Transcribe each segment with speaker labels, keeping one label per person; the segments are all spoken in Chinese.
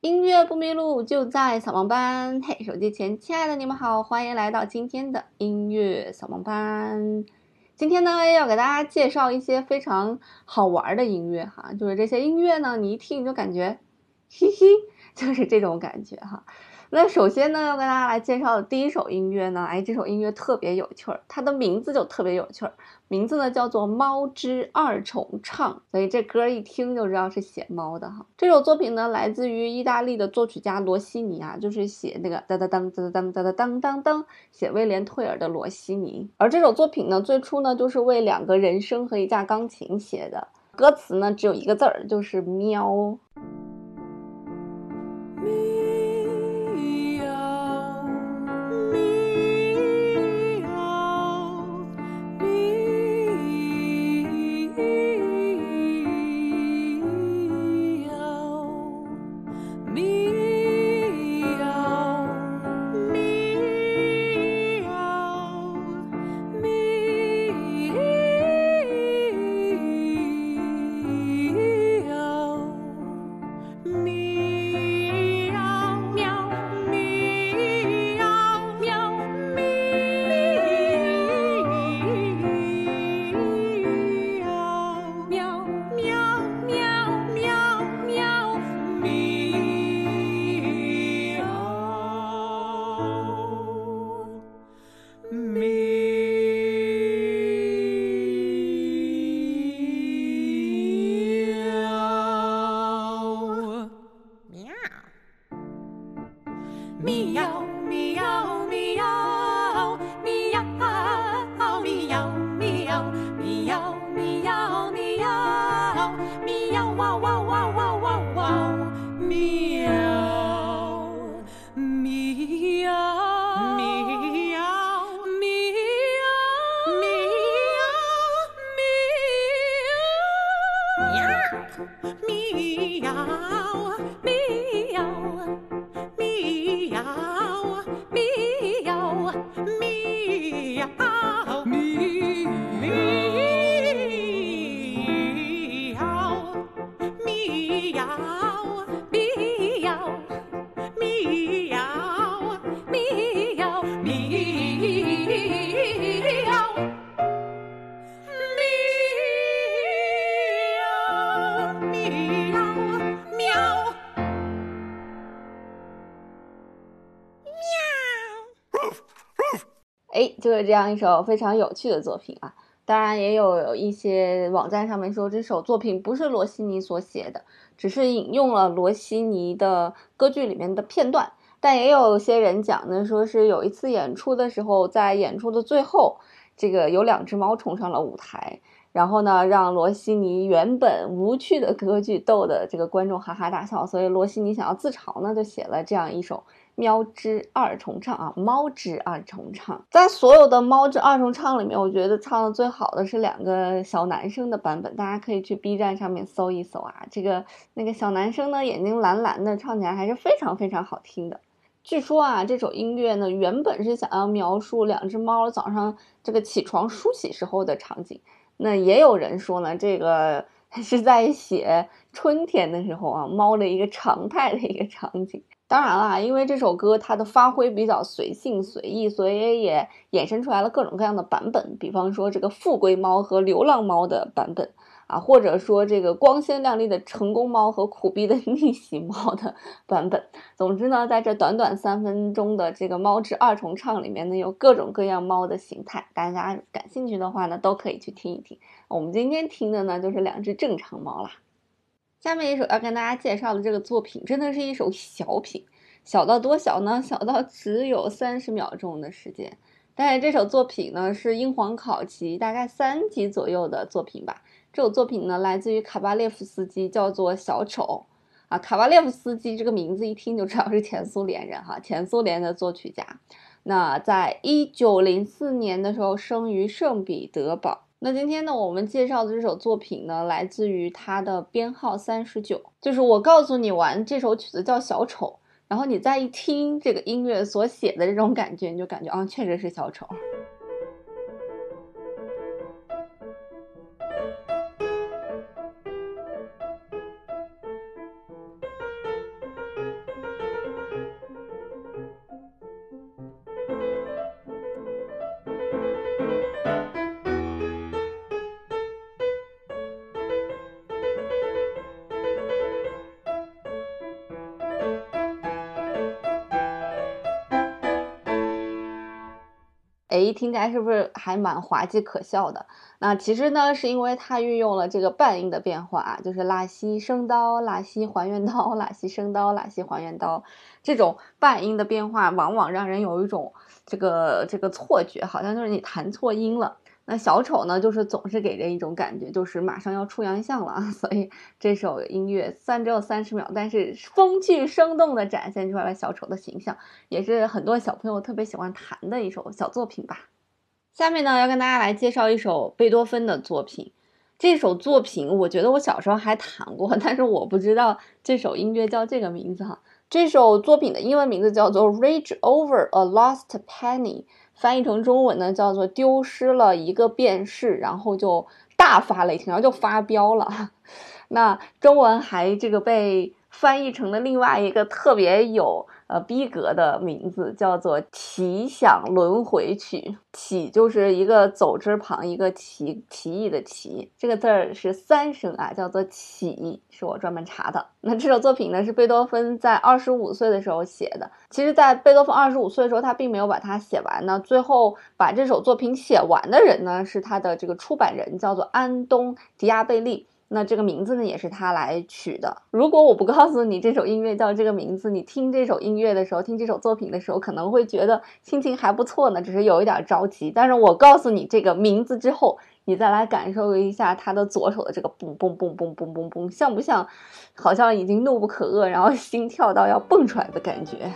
Speaker 1: 音乐不迷路，就在扫盲班。嘿，手机前亲爱的你们好，欢迎来到今天的音乐扫盲班。今天呢，要给大家介绍一些非常好玩的音乐哈，就是这些音乐呢，你一听就感觉，嘿嘿，就是这种感觉哈。那首先呢，要跟大家来介绍的第一首音乐呢，这首音乐特别有趣儿，它的名字就特别有趣儿，名字呢叫做《猫之二重唱》，所以这歌一听就知道是写猫的哈。这首作品呢，来自于意大利的作曲家罗西尼啊，就是写那个哒哒当哒哒当哒哒当当当，写威廉退尔的罗西尼。而这首作品呢，最初呢就是为2个人声和1架钢琴写的，歌词呢只有1个字儿，就是喵。就是这样一首非常有趣的作品啊。当然也有一些网站上面说这首作品不是罗西尼所写的，只是引用了罗西尼的歌剧里面的片段。但也有些人讲呢，说是有一次演出的时候，在演出的最后，这个有2只猫冲上了舞台，然后呢让罗西尼原本无趣的歌剧逗得这个观众哈哈大笑，所以罗西尼想要自嘲呢，就写了这样一首喵之二重唱啊，猫之二重唱。在所有的猫之二重唱里面，我觉得唱的最好的是2个小男生的版本，大家可以去 B 站上面搜一搜啊。那个小男生呢，眼睛蓝蓝的，唱起来还是非常非常好听的。据说啊，这首音乐呢，原本是想要描述2只猫早上这个起床梳洗时候的场景。那也有人说呢，这个是在写春天的时候啊，猫的一个常态的一个场景。当然啦，因为这首歌它的发挥比较随性随意，所以也衍生出来了各种各样的版本，比方说这个富贵猫和流浪猫的版本啊，或者说这个光鲜亮丽的成功猫和苦逼的逆袭猫的版本。总之呢，在这短短3分钟的这个猫之二重唱里面呢，有各种各样猫的形态，大家感兴趣的话呢，都可以去听一听。我们今天听的呢，就是2只正常猫啦。下面一首要跟大家介绍的这个作品真的是一首小品，小到多小呢？小到只有30秒钟的时间。但是这首作品呢是英皇考级大概3级左右的作品吧。这首作品呢来自于卡巴列夫斯基，叫做小丑啊。卡巴列夫斯基这个名字一听就知道是前苏联人哈，前苏联的作曲家。那在1904年的时候生于圣彼得堡。那今天呢，我们介绍的这首作品呢，来自于它的编号39。就是我告诉你完这首曲子叫小丑，然后你再一听这个音乐所写的这种感觉，你就感觉啊，确实是小丑。 哎，听起来是不是还蛮滑稽可笑的？那其实呢，是因为它运用了这个半音的变化啊，就是拉西升刀、拉西还原刀、拉西升刀、拉西还原刀，这种半音的变化，往往让人有一种这个错觉，好像就是你弹错音了。那小丑呢，就是总是给人一种感觉，就是马上要出洋相了，所以这首音乐虽然只有30秒，但是风趣生动地展现出来了小丑的形象，也是很多小朋友特别喜欢弹的一首小作品吧。下面呢，要跟大家来介绍一首贝多芬的作品。这首作品我觉得我小时候还弹过，但是我不知道这首音乐叫这个名字哈。这首作品的英文名字叫做 Rage Over a Lost Penny， 翻译成中文呢叫做丢失了一个便士，然后就大发雷霆，然后就发飙了。那中文还这个被翻译成了另外一个特别有逼格的名字，叫做奇想轮回曲。奇就是一个走之旁一个奇异的奇，这个字儿是3声啊，叫做奇，是我专门查的。那这首作品呢是贝多芬在25岁的时候写的。其实在贝多芬25岁的时候，他并没有把它写完呢，最后把这首作品写完的人呢是他的这个出版人，叫做安东·迪亚贝利。那这个名字呢也是他来取的。如果我不告诉你这首音乐叫这个名字，你听这首音乐的时候，听这首作品的时候，可能会觉得心情还不错呢，只是有一点着急。但是我告诉你这个名字之后，你再来感受一下他的左手的这个蹦蹦蹦蹦蹦蹦蹦，像不像好像已经怒不可遏，然后心跳到要蹦出来的感觉。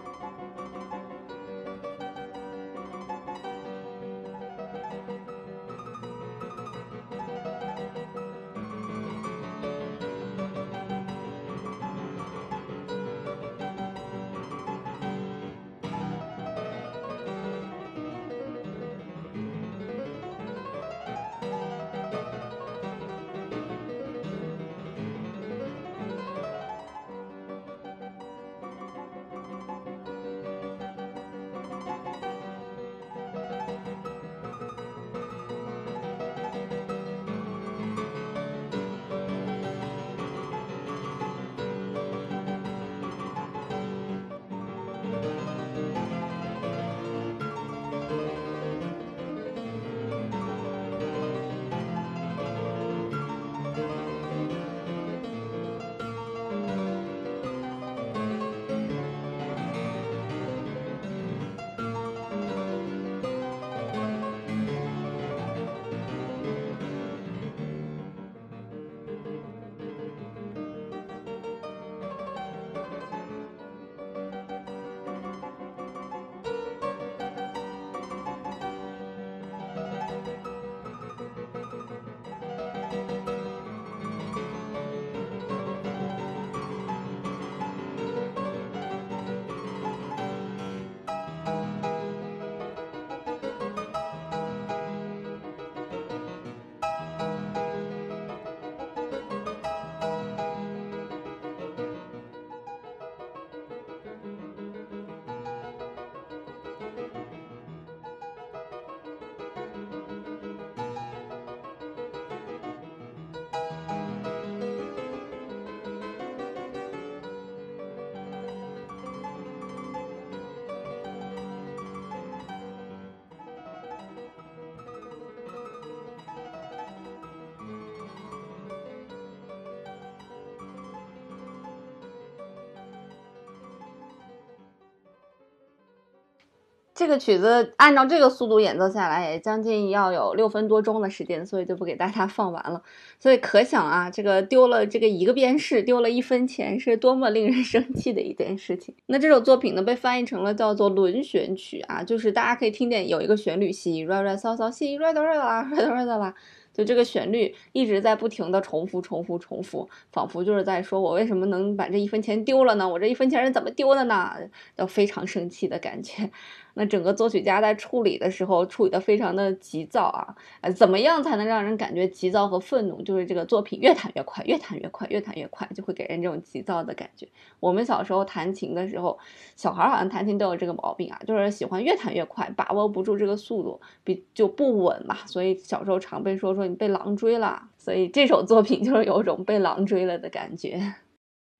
Speaker 1: 这个曲子按照这个速度演奏下来，也将近要有6分多钟的时间，所以就不给大家放完了。所以可想啊，这个丢了这个一个便士，丢了1分钱，是多么令人生气的一件事情。那这首作品呢，被翻译成了叫做轮旋曲啊，就是大家可以听见有一个旋律西瑞瑞嗦嗦西瑞哆瑞啦瑞哆瑞哆啦。就这个旋律一直在不停的重复，仿佛就是在说我为什么能把这1分钱丢了呢？我这1分钱是怎么丢的呢？就非常生气的感觉。那整个作曲家在处理的时候处理的非常的急躁啊，怎么样才能让人感觉急躁和愤怒？就是这个作品越弹越快，越弹越快，越弹越快，就会给人这种急躁的感觉。我们小时候弹琴的时候，小孩好像弹琴都有这个毛病啊，就是喜欢越弹越快，把握不住这个速度，就不稳嘛，所以小时候常被说你被狼追了。所以这首作品就是有种被狼追了的感觉。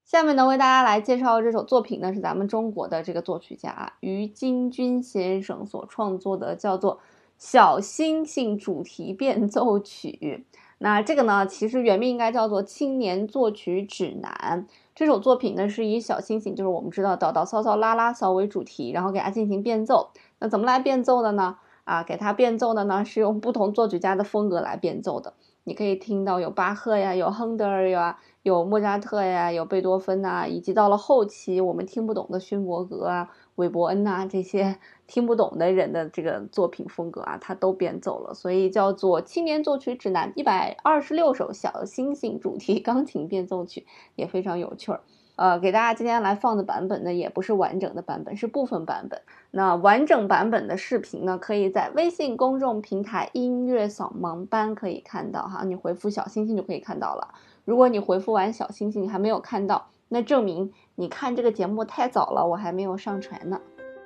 Speaker 1: 下面呢，为大家来介绍这首作品呢，是咱们中国的这个作曲家于金军先生所创作的，叫做《小星星主题变奏曲》。那这个呢，其实原名应该叫做《青年作曲指南》。这首作品呢，是以小星星，就是我们知道叨叨骚骚拉拉骚为主题，然后给它进行变奏。那怎么来变奏的呢？给它变奏的呢，是用不同作曲家的风格来变奏的。你可以听到有巴赫呀，有亨德尔呀，有莫扎特呀，有贝多芬呐，以及到了后期我们听不懂的勋伯格啊、韦伯恩呐，这些听不懂的人的这个作品风格他都变奏了，所以叫做青年作曲指南126首小星星主题钢琴变奏曲，也非常有趣儿。给大家今天来放的版本呢，也不是完整的版本，是部分版本。那完整版本的视频呢，可以在微信公众平台音乐扫盲班可以看到哈，你回复小星星就可以看到了。如果你回复完小星星还没有看到，那证明你看这个节目太早了，我还没有上传呢。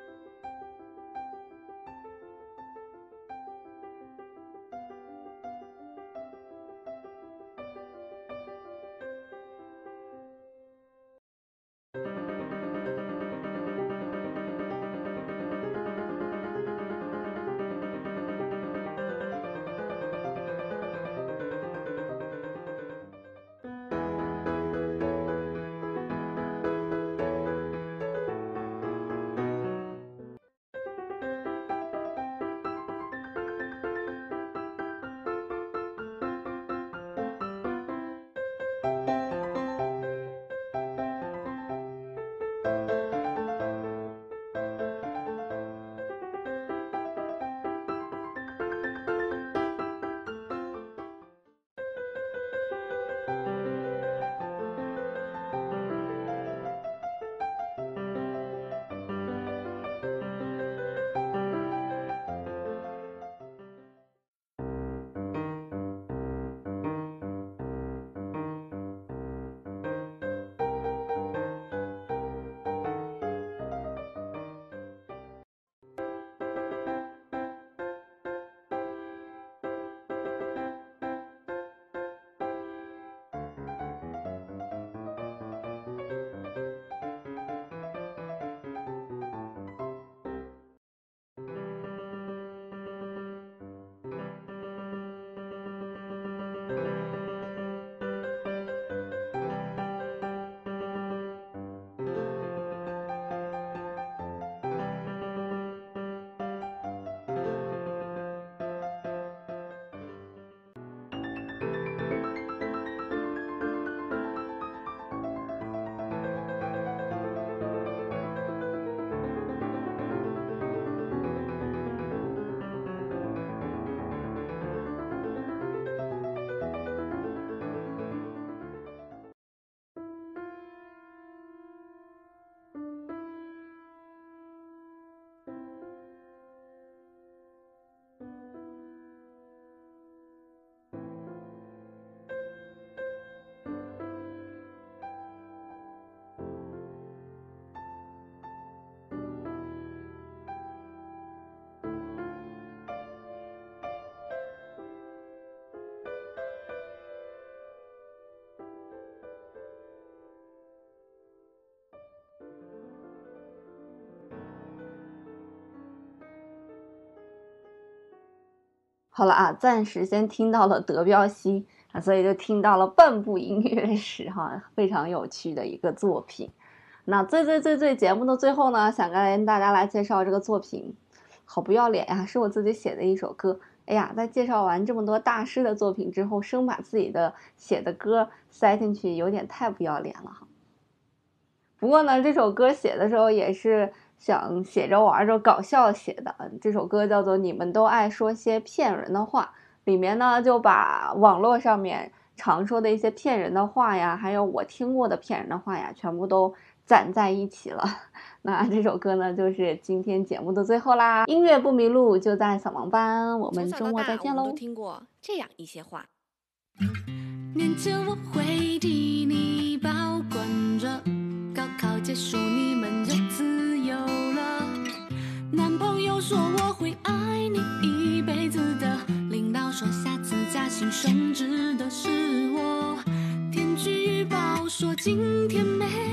Speaker 1: 好了暂时先听到了德彪西所以就听到了半部音乐史非常有趣的一个作品。那最节目的最后呢，想跟大家来介绍这个作品，好不要脸呀，是我自己写的一首歌。哎呀，在介绍完这么多大师的作品之后，生把自己的写的歌塞进去，有点太不要脸了哈。不过呢，这首歌写的时候也是想写着玩着搞笑写的。这首歌叫做《你们都爱说些骗人的话》，里面呢就把网络上面常说的一些骗人的话呀，还有我听过的骗人的话呀，全部都攒在一起了。那这首歌呢，就是今天节目的最后啦。音乐不迷路，就在扫盲班，我们周末再见喽。
Speaker 2: 我们都听过这样一些话：年前我会替你保管着，高考结束你们就自由了。男朋友说我会爱你一辈子的，领导说下次加薪升职的是我。天气预报说今天没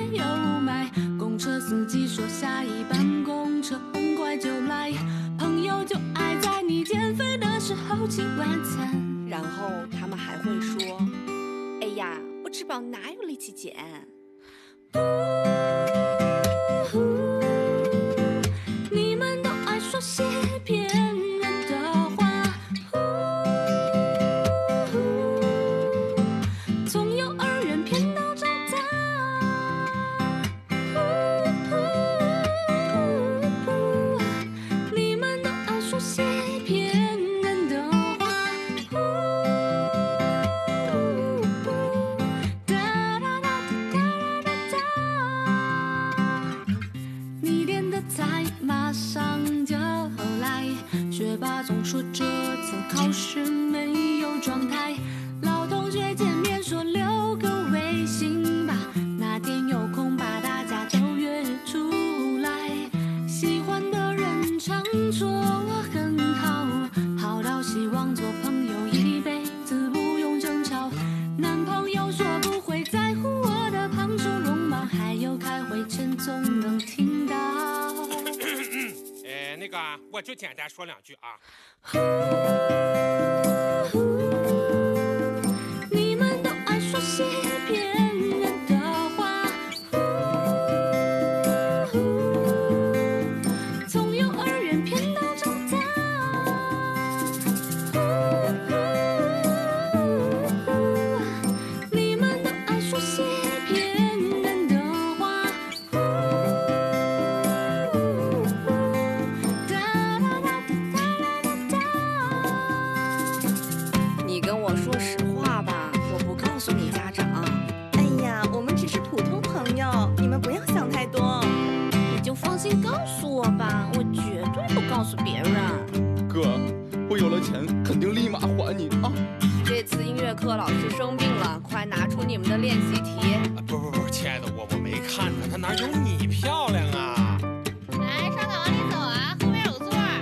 Speaker 2: 司机说下一班公车很快就来，朋友就爱在你减肥的时候请晚餐。
Speaker 3: 然后他们还会说，哎呀，不吃饱哪有力气减。
Speaker 2: 你们都爱说些骗人的话，从幼儿园骗到长大。你们都爱说些骗人的话，哒哒哒哒哒哒。你点的菜马上就来，学霸总说这次考试没有状态，老同学见面说留个微信吧，哪天有空把大家都约出来。喜欢的人常说我很好，好到希望做朋友一辈子不用争吵。男朋友说不会在乎我的胖瘦容貌，还有开会前总能听到。
Speaker 4: 那个我就简单说两句啊。
Speaker 2: 你们都爱说些骗人的话，从幼儿园骗到长大。你们都爱说些骗人的话，
Speaker 3: 你跟我说实话吧，我不告诉你家长。
Speaker 5: 哎呀，我们只是普通朋友，你们不要想太多。
Speaker 3: 你就放心告诉我吧，我绝对不告诉别人。
Speaker 6: 哥，我有了钱肯定立马还你啊！
Speaker 3: 这次音乐课老师生病了，快拿出你们的练习题。
Speaker 4: 不，亲爱的，我没看着，他哪有你漂亮啊？
Speaker 7: 来，稍等，往里走啊，后面有个座儿。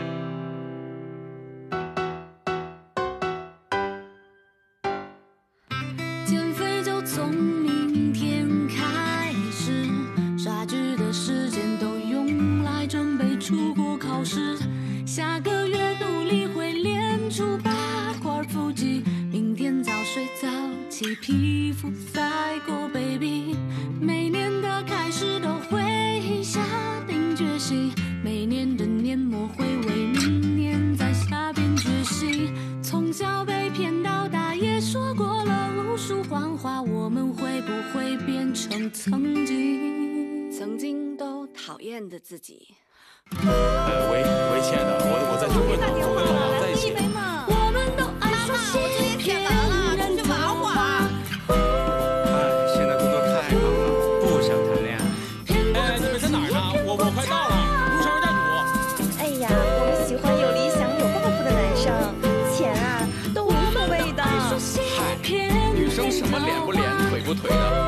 Speaker 2: 减肥就从明天开始，刷剧的时间都用来准备出国考试，下个月努力会练出8块腹肌，明天早睡早起，皮肤赛过 baby。 每年的开始都会下定决心，每年的年末会为明年再下定决心。从小被骗到大，也说过了无数谎话，我们会不会变成曾经？
Speaker 3: 曾经都讨厌的自己。
Speaker 8: 喂，亲爱的，我在中国呢，我跟老王在一起。
Speaker 2: 我们都爱说些骗人的话。
Speaker 8: 现在工作太忙了，不想谈恋爱。
Speaker 4: 你们在哪儿呢？我快到了，路上有点堵。
Speaker 5: 哎呀，我们喜欢有理想、有抱负的男生，钱啊都无所谓的。
Speaker 6: 嗨，女生什么脸不脸、腿不腿的，